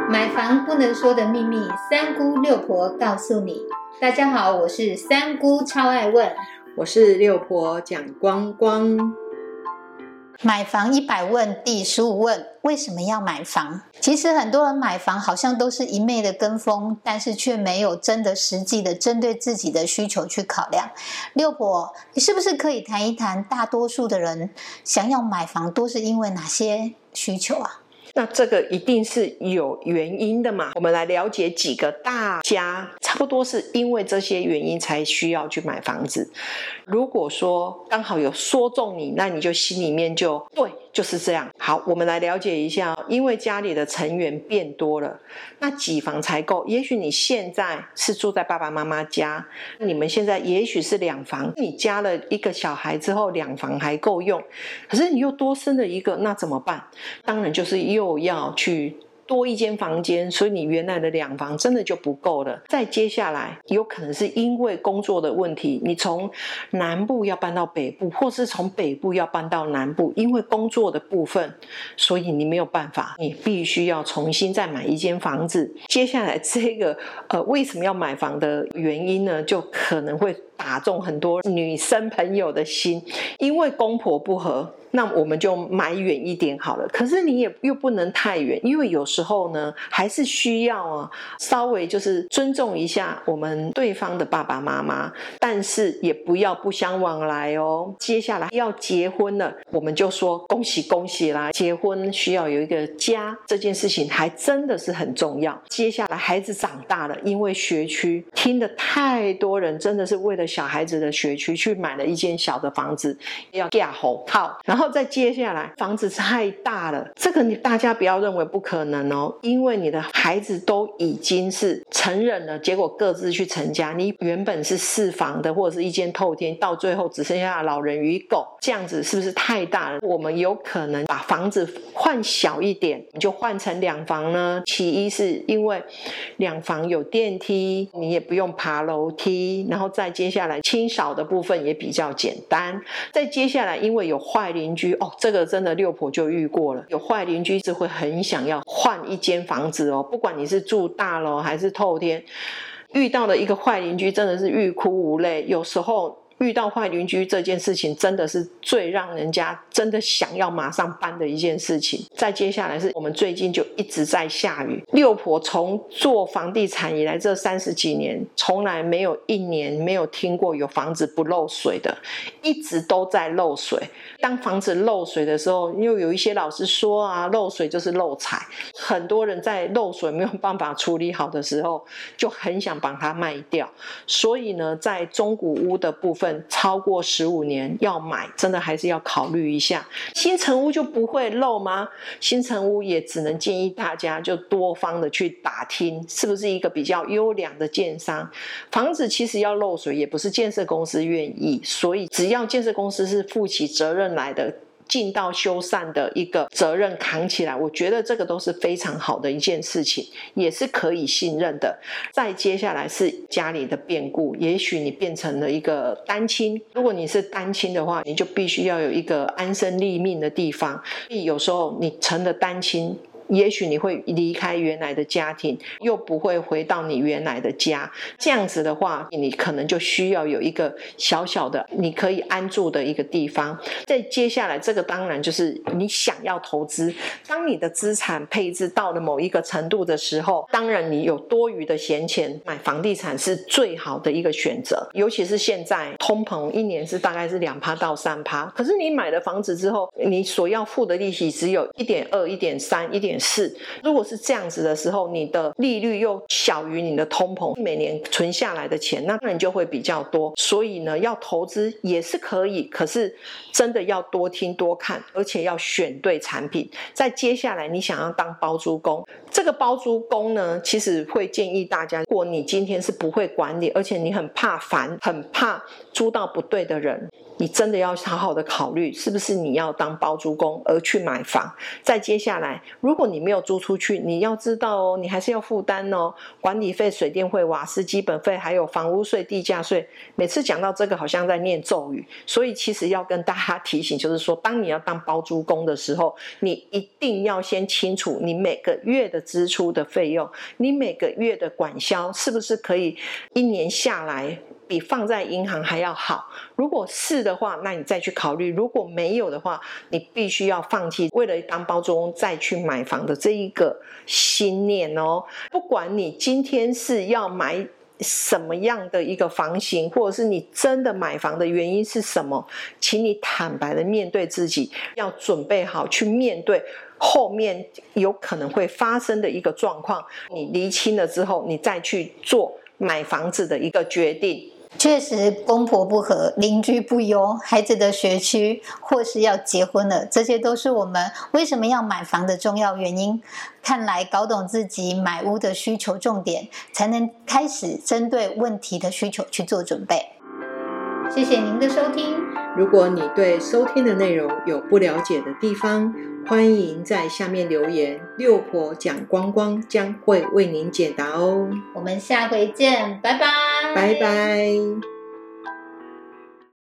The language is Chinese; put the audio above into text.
买房不能说的秘密，三姑六婆告诉你。大家好，我是三姑超爱问， 我是六婆蒋光光。 买房100问第15问，为什么要买房？其实很多人买房好像都是一昧的跟风，但是却没有真的实际的针对自己的需求去考量。六婆，你是不是可以谈一谈大多数的人想要买房都是因为哪些需求啊？ 那这个一定是有原因的嘛，我们来了解几个大家差不多是因为这些原因才需要去买房子。如果说刚好有说中你，那你就心里面就对，就是这样。好，我们来了解一下，因为家里的成员变多了，那几房才够？也许你现在是住在爸爸妈妈家，你们现在也许是2房，你加了一个小孩之后2房还够用，可是你又多生了一个，那怎么办？当然就是又要去多一间房间，所以你原来的2房真的就不够了。再接下来有可能是因为工作的问题，你从南部要搬到北部，或是从北部要搬到南部，因为工作的部分，所以你没有办法，你必须要重新再买一间房子。接下来这个为什么要买房的原因呢，就可能会打中很多女生朋友的心，因为公婆不合，那我们就买远一点好了。可是你也又不能太远，因为有时候呢还是需要稍微就是尊重一下我们对方的爸爸妈妈，但是也不要不相往来哦。接下来要结婚了，我们就说恭喜恭喜啦，结婚需要有一个家，这件事情还真的是很重要。接下来孩子长大了，因为学区，听得太多人真的是为了小孩子的学区去买了一间小的房子，要架好套，然后再接下来房子太大了，这个大家不要认为不可能哦，因为你的孩子都已经是成人了，结果各自去成家，你原本是4房的或者是一间透天，到最后只剩下老人与狗，这样子是不是太大了？我们有可能把房子换小一点，你就换成2房呢。其一是因为2房有电梯，你也不用爬楼梯，然后再接下来清扫的部分也比较简单。再接下来因为有坏邻居这个真的六婆就遇过了，有坏邻居是会很想要换一间房子不管你是住大楼还是透天，遇到的一个坏邻居真的是欲哭无泪。有时候遇到坏邻居这件事情真的是最让人家真的想要马上搬的一件事情。再接下来是我们最近就一直在下雨，六婆从做房地产以来这30几年，从来没有1年没有听过有房子不漏水的，一直都在漏水。当房子漏水的时候，又有一些老师说漏水就是漏财，很多人在漏水没有办法处理好的时候，就很想把它卖掉。所以呢，在中古屋的部分超过15年要买，真的还是要考虑一下。新成屋就不会漏吗？新成屋也只能建议大家就多方的去打听，是不是一个比较优良的建商。房子其实要漏水也不是建设公司愿意，所以只要建设公司是负起责任来的，尽到修缮的一个责任扛起来，我觉得这个都是非常好的一件事情，也是可以信任的。再接下来是家里的变故，也许你变成了一个单亲，如果你是单亲的话，你就必须要有一个安身立命的地方。有时候你成了单亲，也许你会离开原来的家庭，又不会回到你原来的家，这样子的话你可能就需要有一个小小的你可以安住的一个地方。再接下来这个当然就是你想要投资，当你的资产配置到了某一个程度的时候，当然你有多余的闲钱，买房地产是最好的一个选择。尤其是现在通膨1年是大概是 2% 到 3%， 可是你买了房子之后，你所要付的利息只有 1.2 1.3 1.4，如果是这样子的时候，你的利率又小于你的通膨，每年存下来的钱那你就会比较多。所以呢，要投资也是可以，可是真的要多听多看，而且要选对产品。再接下来你想要当包租公，这个包租公呢，其实会建议大家，如果你今天是不会管理，而且你很怕烦，很怕租到不对的人， 你真的要好好的考虑是不是你要当包租公而去买房。再接下来，如果你没有租出去，你要知道哦，你还是要负担哦，管理费、水电费、瓦斯基本费，还有房屋税、地价税。每次讲到这个好像在念咒语，所以其实要跟大家提醒，就是说当你要当包租公的时候，你一定要先清楚你每个月的支出的费用，你每个月的管销是不是可以一年下来比放在银行还要好。如果是的话，那你再去考虑；如果没有的话，你必须要放弃为了当包租公再去买房的这一个心念哦。不管你今天是要买什么样的一个房型，或者是你真的买房的原因是什么，请你坦白的面对自己，要准备好去面对后面有可能会发生的一个状况。你厘清了之后，你再去做买房子的一个决定。 确实，公婆不和，邻居不优，孩子的学区，或是要结婚了，这些都是我们为什么要买房的重要原因。看来搞懂自己买屋的需求重点，才能开始针对问题的需求去做准备。谢谢您的收听。 如果你对收听的内容有不了解的地方，欢迎在下面留言，六婆讲光光将会为您解答哦。 我们下回见，拜拜。 拜拜。